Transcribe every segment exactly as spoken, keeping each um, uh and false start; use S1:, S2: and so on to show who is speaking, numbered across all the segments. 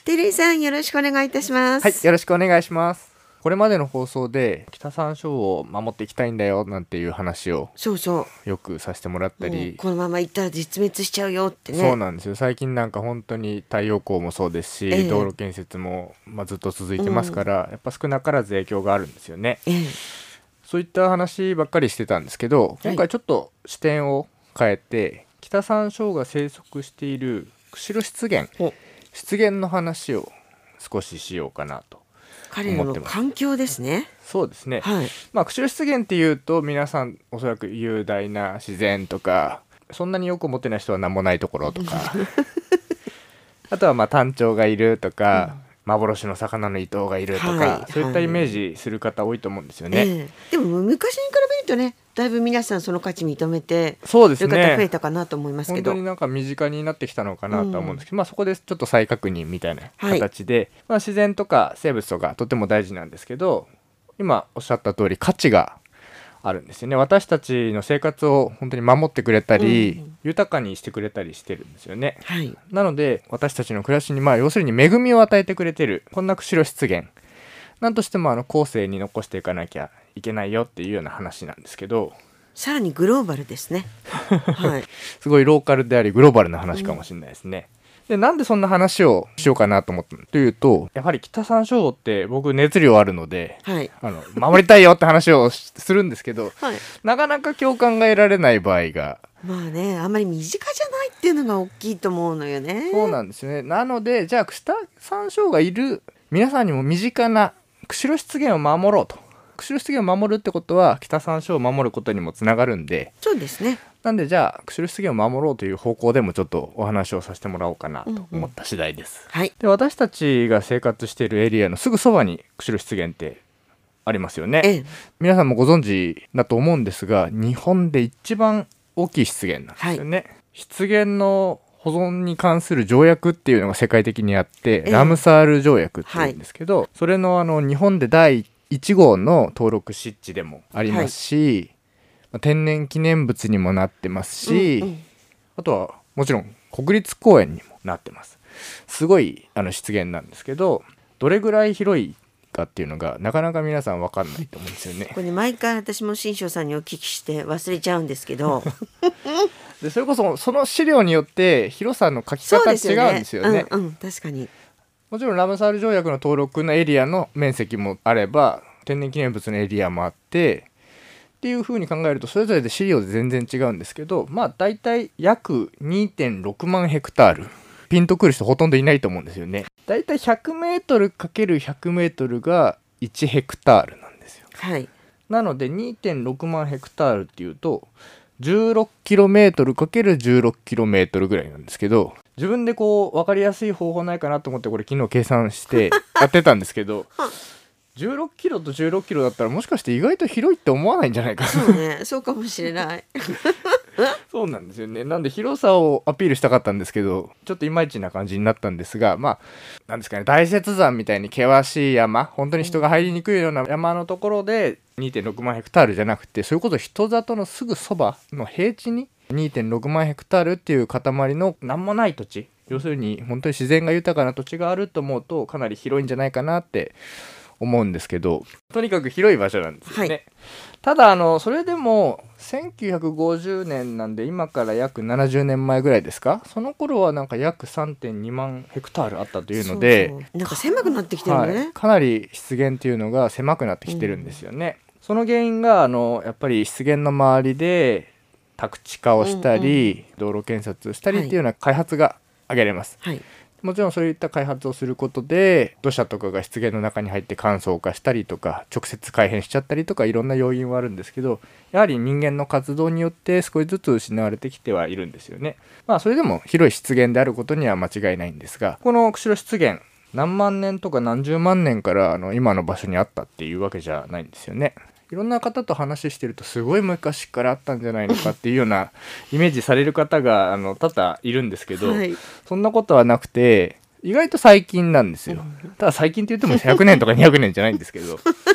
S1: 照井さん、よろしくお願いいたします。
S2: はい、よろしくお願いします。これまでの放送で北山椒を守っていきたいんだよなんていう話を
S1: そうそう
S2: よくさせてもらったり、
S1: このままいったら絶滅しちゃうよってね。
S2: そうなんですよ。最近なんか本当に太陽光もそうですし、
S1: ええ、
S2: 道路建設も、まあ、ずっと続いてますから、うん、やっぱ少なからず影響があるんですよね、ええ、そういった話ばっかりしてたんですけど、今回ちょっと視点を変えて、はい、北山椒が生息している釧路湿原湿原の話を少ししようかなと
S1: 彼らの環境ですね。
S2: そうですね、
S1: はい、
S2: まあ、釧路湿原っていうと皆さんおそらく雄大な自然とかそんなによく思ってない人は何もないところとかあとはまあタンチョウがいるとか、うん、幻の魚のイトウがいるとか、はい、そういったイメージする方多いと思うんですよね、
S1: えー、でも昔に比べるとね、だいぶ皆さんその価値認めて
S2: そうですね、
S1: る方増えたかなと思いますけど、
S2: 本当になんか身近になってきたのかなとは思うんですけど、うん、まあ、そこでちょっと再確認みたいな形で、はい、まあ、自然とか生物とかとても大事なんですけど、今おっしゃった通り価値があるんですよね。私たちの生活を本当に守ってくれたり、うん、豊かにしてくれたりしてるんですよね、はい、なので私たちの暮らしに、まあ、要するに恵みを与えてくれてるこんな釧路湿原なんとしてもあの後世に残していかなきゃいけないよっていうような話なんですけど、
S1: さらにグローバルですね、はい、
S2: すごいローカルでありグローバルな話かもしれないですね、うん、でなんでそんな話をしようかなと思ったのというと、やはり北山椒って僕熱量あるので、はい、あの守りたいよって話をするんですけど、はい、なかなか共感が得られない場合が
S1: まあね、あんまり身近じゃないっていうのが大きいと思うのよね。
S2: そうなんですよね。なのでじゃあ北山椒がいる皆さんにも身近な釧路湿原を守ろうと。釧路湿原を守るってことは北山椒を守ることにもつながるんで、
S1: そうですね。
S2: なんでじゃあ釧路湿原を守ろうという方向でもちょっとお話をさせてもらおうかなと思った次第です、うんうん、はい、で私たちが生活しているエリアのすぐそばに釧路湿原ってありますよね、ええ、皆さんもご存知だと思うんですが、日本で一番大きい湿原なんですよね、はい、湿原の保存に関する条約っていうのが世界的にあって、ええ、ラムサール条約っていうんですけど、はい、それのあの日本で第いち号の登録湿地でもありますし、はい、天然記念物にもなってますし、うんうん、あとはもちろん国立公園にもなってます。すごいあの湿原なんですけど、どれぐらい広いかっていうのがなかなか皆さん分かんないと思うんですよね。
S1: これ、ね、毎回私も新庄さんにお聞きして忘れちゃうんですけど
S2: でそれこそその資料によって広さの書き方違うんですよね。
S1: うんうん、確かに
S2: もちろんラムサール条約の登録のエリアの面積もあれば天然記念物のエリアもあってっていう風に考えるとそれぞれで資料で全然違うんですけど、まあだいたい約 にてんろくまんヘクタール、ピンとくる人ほとんどいないと思うんですよね。だいたい ひゃくメートルかけるひゃくメートル がいちヘクタールなんですよ、
S1: はい、
S2: なので にてんろくまんヘクタールっていうと じゅうろくキロメートルかけるじゅうろくキロメートル ぐらいなんですけど、自分でこう分かりやすい方法ないかなと思ってこれ昨日計算してやってたんですけどじゅうろくキロとじゅうろくキロだったらもしかして意外と広いって思わないんじゃないかな。
S1: そうね、そうかもしれない
S2: そうなんですよね。なんで広さをアピールしたかったんですけどちょっといまいちな感じになったんですが、まあなんですかね、大雪山みたいに険しい山、本当に人が入りにくいような山のところで にてんろくまんヘクタールじゃなくて、それこそ人里のすぐそばの平地に にてんろくまんヘクタールっていう塊の何もない土地、要するに本当に自然が豊かな土地があると思うとかなり広いんじゃないかなって思うんですけど、とにかく広い場所なんですよね、はい、ただあのそれでもせんきゅうひゃくごじゅうねんなんで今から約ななじゅうねんまえぐらいですか、その頃はなんか約 さんてんにまんヘクタールあったというので、
S1: そうそう、なんか狭くなってきてるね、
S2: はい、かなり湿原っていうのが狭くなってきてるんですよね、うん、その原因があのやっぱり湿原の周りで宅地化をしたり、うんうん、道路建設したりっていうような開発が挙げれます、はい、もちろんそういった開発をすることで土砂とかが湿原の中に入って乾燥化したりとか直接改変しちゃったりとかいろんな要因はあるんですけど、やはり人間の活動によって少しずつ失われてきてはいるんですよね。まあそれでも広い湿原であることには間違いないんですが、この釧路湿原何万年とか何十万年からあの今の場所にあったっていうわけじゃないんですよね。いろんな方と話してるとすごい昔からあったんじゃないのかっていうようなイメージされる方があの多々いるんですけど、はい、そんなことはなくて意外と最近なんですよ。ただ最近って言ってもひゃくねんとかにひゃくねんじゃないんですけど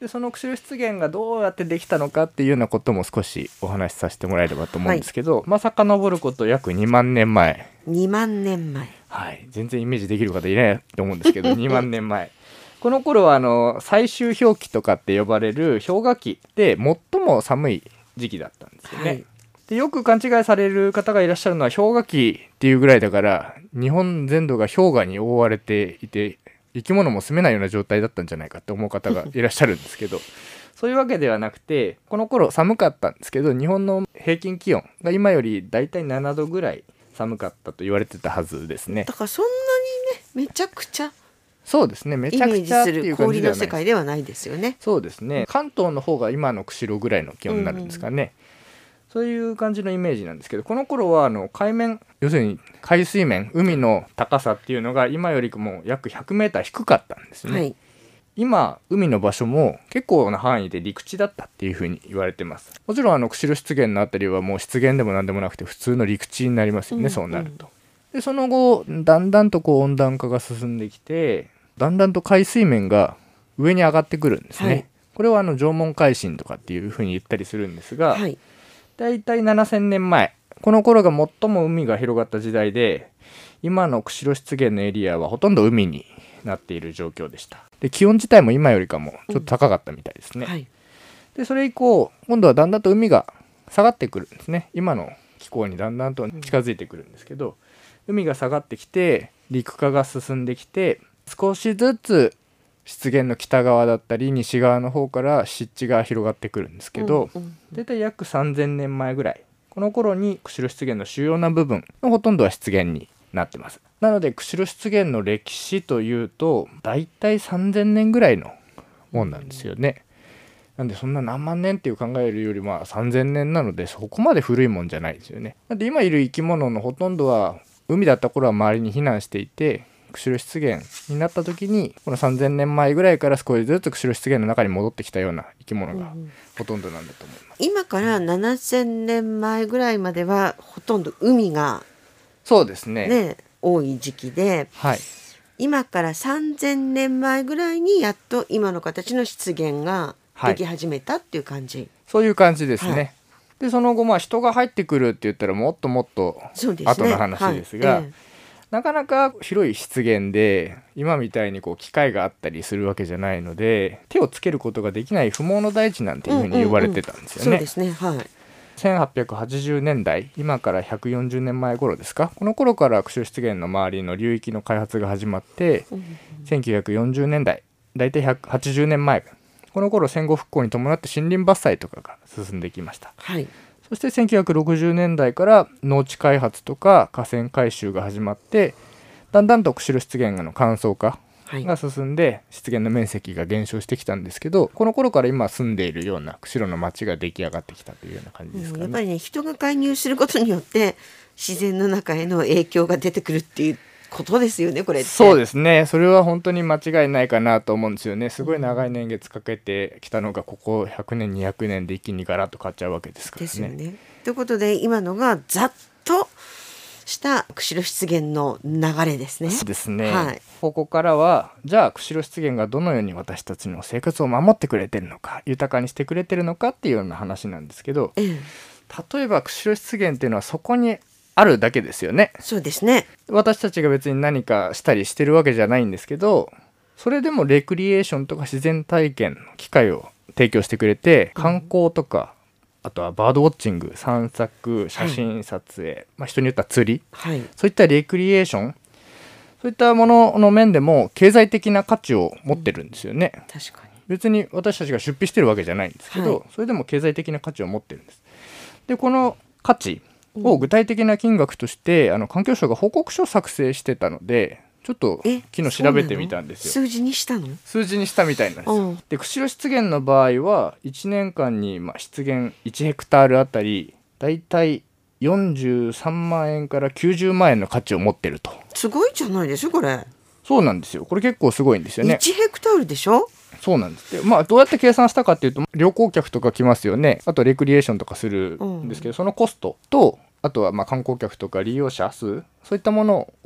S2: でその釧路湿原がどうやってできたのかっていうようなことも少しお話しさせてもらえればと思うんですけど、はい、まあ遡ること約にまんねんまえ。
S1: にまんねんまえ、
S2: はい、全然イメージできる方いないと思うんですけどにまんねんまえこの頃はあの最終氷期とかって呼ばれる氷河期で最も寒い時期だったんですよね、はい、でよく勘違いされる方がいらっしゃるのは氷河期っていうぐらいだから日本全土が氷河に覆われていて生き物も住めないような状態だったんじゃないかって思う方がいらっしゃるんですけどそういうわけではなくて、この頃寒かったんですけど日本の平均気温が今よりだいたいななどぐらい寒かったと言われてたはずですね。
S1: だからそんなにねめちゃくちゃ
S2: そうですね、めちゃくちゃっていう感じではない、
S1: 氷の世界ではないですよね。
S2: そうですね、関東の方が今の釧路ぐらいの気温になるんですかね、うんうん、そういう感じのイメージなんですけど、この頃はあの海面、要するに海水面、海の高さっていうのが今よりも約ひゃくメーター低かったんですよね、はい、今海の場所も結構な範囲で陸地だったっていうふうに言われてます。もちろんあの釧路湿原のあたりはもう湿原でも何でもなくて普通の陸地になりますよね、うんうん、そうなると。でその後だんだんとこう温暖化が進んできてだんだんと海水面が上に上がってくるんですね、はい、これはあの縄文海進とかっていうふうに言ったりするんですが、はい、だいたいななせんねんまえ、この頃が最も海が広がった時代で今の釧路湿原のエリアはほとんど海になっている状況でした。で気温自体も今よりかもちょっと高かったみたいですね、うんはい、でそれ以降今度はだんだんと海が下がってくるんですね。今の気候にだんだんと近づいてくるんですけど、うん、海が下がってきて陸化が進んできて少しずつ湿原の北側だったり西側の方から湿地が広がってくるんですけど、うんうん、だいたい約さんぜんねんまえぐらい、この頃に釧路湿原の主要な部分のほとんどは湿原になってます。なので釧路湿原の歴史というとだいたいさんぜんねんぐらいのもんなんですよね。なんでそんな何万年っていう考えるよりまあさんぜんねんなのでそこまで古いもんじゃないですよね。なんで今いる生き物のほとんどは海だった頃は周りに避難していて、釧路湿原になった時にこのさんぜんねんまえぐらいから少しずつ釧路湿原の中に戻ってきたような生き物がほとんどなんだと思います、
S1: うん、今からななせんねんまえぐらいまではほとんど海が
S2: そうですね、
S1: ね多い時期で、
S2: はい、
S1: 今からさんぜんねんまえぐらいにやっと今の形の湿原ができ始めたっていう感じ、はい、
S2: そういう感じですね、はい、でその後まあ人が入ってくるって言ったらもっともっと後の話ですが、はいええ、なかなか広い湿原で今みたいにこう機械があったりするわけじゃないので手をつけることができない不毛の大地なんていうふうに呼ばれてたんですよね、
S1: そうですね、はい、
S2: せんはっぴゃくはちじゅうねんだい、今からひゃくよんじゅうねんまえ頃ですか、この頃から釧路湿原の周りの流域の開発が始まって、うんうん、せんきゅうひゃくよんじゅうねんだい、だいたいひゃくはちじゅうねんまえ、この頃戦後復興に伴って森林伐採とかが進んできました、はい、そしてせんきゅうひゃくろくじゅうねんだいから農地開発とか河川改修が始まってだんだんと釧路湿原の乾燥化が進んで湿原の面積が減少してきたんですけど、この頃から今住んでいるような釧路の町が出来上がってきたというような感じですかね、
S1: うん、やっぱりね人が介入することによって自然の中への影響が出てくるっていうことですよね、これって。
S2: そうですね、それは本当に間違いないかなと思うんですよね。すごい長い年月かけてきたのがここひゃくねんにひゃくねんで一気にガラッと変わっちゃうわけですからね。
S1: ですよね。ということで今のがざっとした釧路湿原の流れですね。
S2: そうですね、
S1: はい、
S2: ここからはじゃあ釧路湿原がどのように私たちの生活を守ってくれてるのか、豊かにしてくれてるのかっていうような話なんですけど、うん、例えば釧路湿原っていうのはそこにあるだけですよね。
S1: そうですね。
S2: 私たちが別に何かしたりしてるわけじゃないんですけど、それでもレクリエーションとか自然体験の機会を提供してくれて、観光とか、うん、あとはバードウォッチング、散策、写真撮影、はい、まあ、人によっては釣り、はい、そういったレクリエーション、そういったものの面でも経済的な価値を持ってるんですよね、うん、
S1: 確かに。
S2: 別に私たちが出費してるわけじゃないんですけど、はい、それでも経済的な価値を持ってるんです。でこの価値を具体的な金額として、うん、あの環境省が報告書を作成してたのでちょっと昨日調べてみたんですよ。
S1: 数字にしたの？
S2: 数字にしたみたいなんですよ。で釧路湿原の場合はいちねんかんに、まあ、湿原いちヘクタールあたりだいたいよんじゅうさんまんえんからきゅうじゅうまんえんの価値を持ってると。
S1: すごいじゃないですかこれ。
S2: そうなんですよ、これ結構すごいんですよね。
S1: いちヘクタールでしょ。
S2: そうなんです。で、まあ、どうやって計算したかっていうと旅行客とか来ますよね。あとレクリエーションとかするんですけど、うん、そのコストとあとはまあ観光客とか利用者数、そういったものを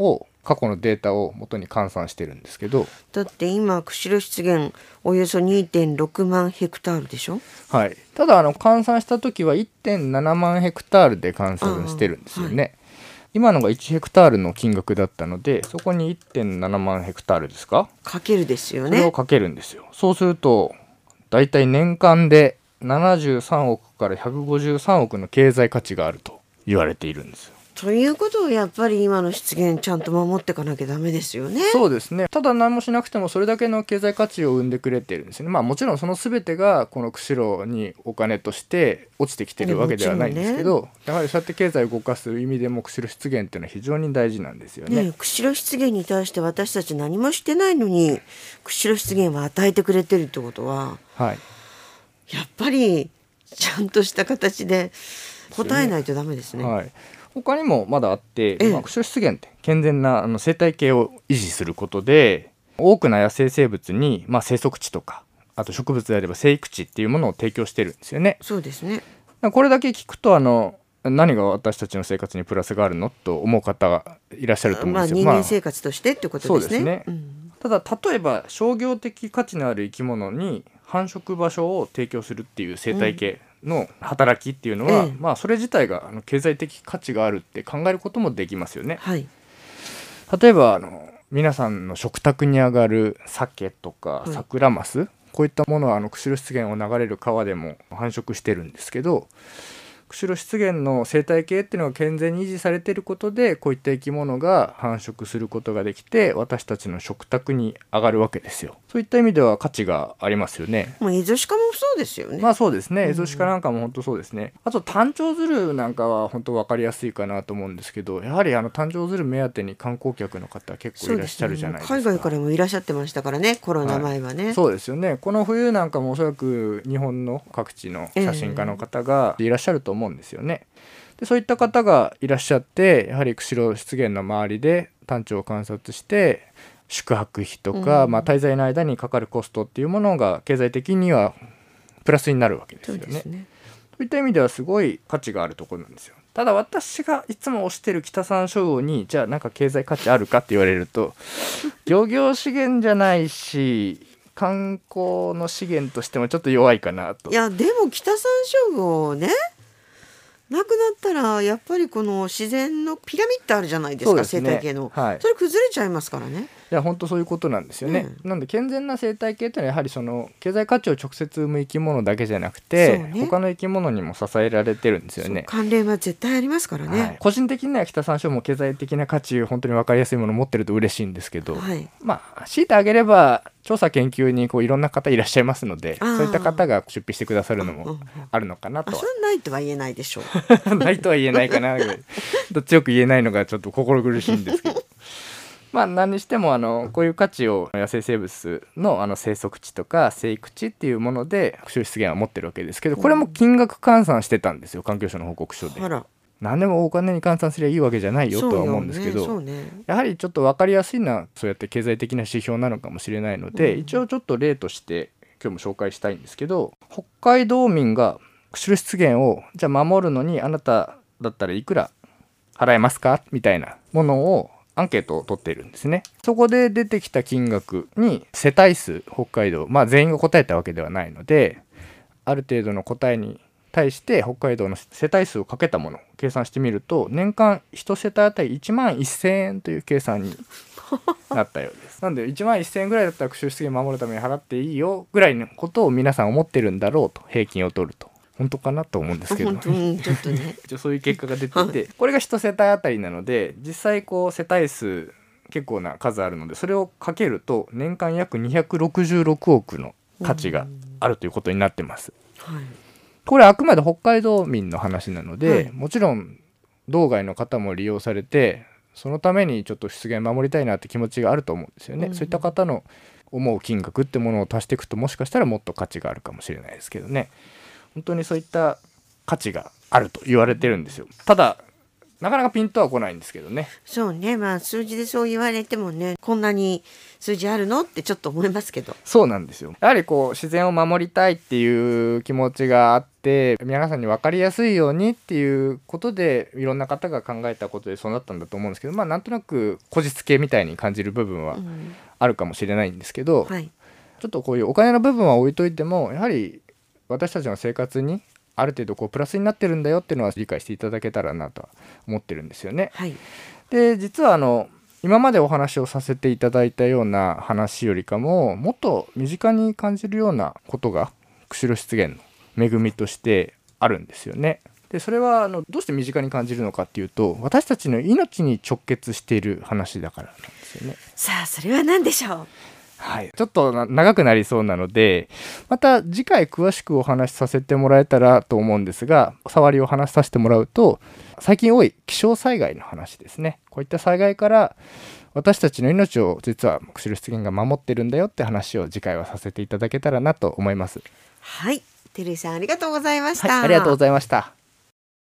S2: 過去のデータを元に換算してるんですけど、
S1: だって今釧路湿原およそ にてんろくまんヘクタールでしょ。
S2: はい、ただあの換算した時は いってんななまんヘクタールで換算してるんですよね、はい、今のがいちヘクタールの金額だったので、そこに いってんななまんヘクタールですか、
S1: かけるですよね。
S2: それをかけるんですよ。そうするとだいたい年間でななじゅうさんおくからひゃくごじゅうさんおくの経済価値があると言われているんですよ。
S1: ということをやっぱり今の湿原ちゃんと守っていかなきゃダメですよね。
S2: そうですね。ただ何もしなくてもそれだけの経済価値を生んでくれてるんですよね。まあもちろんその全てがこの釧路にお金として落ちてきてるわけではないんですけど、ね、やはりそうやって経済を動かす意味でも釧路湿原っていうのは非常に大事なんですよね。
S1: ね、釧路湿原に対して私たち何もしてないのに釧路湿原は与えてくれてるってことは、
S2: はい、
S1: やっぱりちゃんとした形で答えないとダメですね。
S2: はい、他にもまだあって、まあ、釧路湿原って健全なあの生態系を維持することで多くの野生生物に、まあ、生息地とかあと植物であれば生育地っていうものを提供してるんですよね。
S1: そうですね。
S2: これだけ聞くとあの何が私たちの生活にプラスがあるのと思う方がいらっしゃると思うんですよ。
S1: まあ、人間生活としてってことですね。
S2: そうですね、
S1: うん、
S2: ただ例えば商業的価値のある生き物に繁殖場所を提供するっていう生態系の働きっていうのは、うん、まあそれ自体があの経済的価値があるって考えることもできますよね、
S1: はい、
S2: 例えばあの皆さんの食卓に上がる鮭とかサクラマス、はい、こういったものはあの釧路湿原を流れる川でも繁殖してるんですけど、釧路湿原の生態系っていうのが健全に維持されていることでこういった生き物が繁殖することができて私たちの食卓に上がるわけですよ。そういった意味では価値がありますよね。
S1: まあ、エゾシカもそうですよね。
S2: まあそうですね、エゾシカなんかも本当そうですね、うん、あとタンチョウズルなんかは本当分かりやすいかなと思うんですけど、やはりあのタンチョウズル目当てに観光客の方結構いらっしゃるじゃないですか。
S1: そうですね、海外からもいらっしゃってましたからね、コロナ前はね、
S2: はい、そうですよね。この冬なんかもおそらく日本の各地の写真家の方がいらっしゃると思うんですよね、えーでそういった方がいらっしゃってやはり釧路湿原の周りでタンチョウを観察して宿泊費とか、うんまあ、滞在の間にかかるコストっていうものが経済的にはプラスになるわけですよね。そうですね。そういった意味ではすごい価値があるところなんですよ。ただ私がいつも推してる北山椒魚にじゃあなんか経済価値あるかって言われると漁業資源じゃないし観光の資源としてもちょっと弱いかなと。
S1: いやでも北山椒魚ねなくなったらやっぱりこの自然のピラミッドあるじゃないですか。そうですね、生態系の、はい、それ崩れちゃいますからね。
S2: いや本当そういうことなんですよね、うん、なんで健全な生態系っていうのはやはりその経済価値を直接生む生き物だけじゃなくて、ね、他の生き物にも支えられてるんですよね。
S1: 関連は絶対ありますからね、
S2: はい、個人的には北山椒も経済的な価値本当に分かりやすいものを持ってると嬉しいんですけど、はい、まあ強いてあげれば調査研究にこういろんな方いらっしゃいますのでそういった方が出費してくださるのもあるのかなとは。
S1: それないとは言えないでしょ
S2: うないとは言えないかなどっちよく言えないのがちょっと心苦しいんですけどまあ何にしてもあのこういう価値を野生生物 の, あの生息地とか生育地っていうもので釧路湿原は持ってるわけですけど、これも金額換算してたんですよ環境省の報告書で。何でもお金に換算すればいいわけじゃないよとは思うんですけど、ねね、やはりちょっと分かりやすいのはそうやって経済的な指標なのかもしれないので、うん、一応ちょっと例として今日も紹介したいんですけど、北海道民が釧路湿原をじゃあ守るのにあなただったらいくら払えますかみたいなものをアンケートを取っているんですね。そこで出てきた金額に世帯数北海道、まあ全員が答えたわけではないのである程度の答えに対して北海道の世帯数をかけたものを計算してみると年間いち世帯あたりいちまんせんえんという計算になったようです。なんでいちまんせんえんぐらいだったら釧路湿原守るために払っていいよぐらいのことを皆さん思ってるんだろうと平均を取ると本当かなと思うんですけど、
S1: 本当にちょっとね
S2: そういう結果が出ていてこれがいち世帯あたりなので実際こう世帯数結構な数あるのでそれをかけると年間約にひゃくろくじゅうろくおくの価値があるということになってます、はい、これあくまで北海道民の話なので、はい、もちろん道外の方も利用されてそのためにちょっと湿原守りたいなって気持ちがあると思うんですよね、うん、そういった方の思う金額ってものを足していくともしかしたらもっと価値があるかもしれないですけどね。本当にそういった価値があると言われてるんですよ。ただなかなかピンとは来ないんですけどね。
S1: そうね、まあ数字でそう言われてもね、こんなに数字あるのってちょっと思いますけど。
S2: そうなんですよ。やはりこう自然を守りたいっていう気持ちがあって、皆さんに分かりやすいようにっていうことでいろんな方が考えたことでそうなったんだと思うんですけど、まあなんとなくこじつけみたいに感じる部分はあるかもしれないんですけど、
S1: うんはい、
S2: ちょっとこういうお金の部分は置いといても、やはり私たちの生活にある程度こうプラスになってるんだよっていうのは理解していただけたらなとは思ってるんですよね。
S1: はい、
S2: で実はあの今までお話をさせていただいたような話よりかももっと身近に感じるようなことが釧路湿原の恵みとしてあるんですよね。でそれはあのどうして身近に感じるのかっていうと、私たちの命に直結している話だからなんですよね。
S1: さあそれは何でしょう。
S2: はい、ちょっと長くなりそうなのでまた次回詳しくお話しさせてもらえたらと思うんですが、触りを話しさせてもらうと、最近多い気象災害の話ですね。こういった災害から私たちの命を実は釧路湿原が守ってるんだよって話を次回はさせていただけたらなと思います。
S1: はい、照井さんありがとうございました。
S2: はい、ありがとうございました。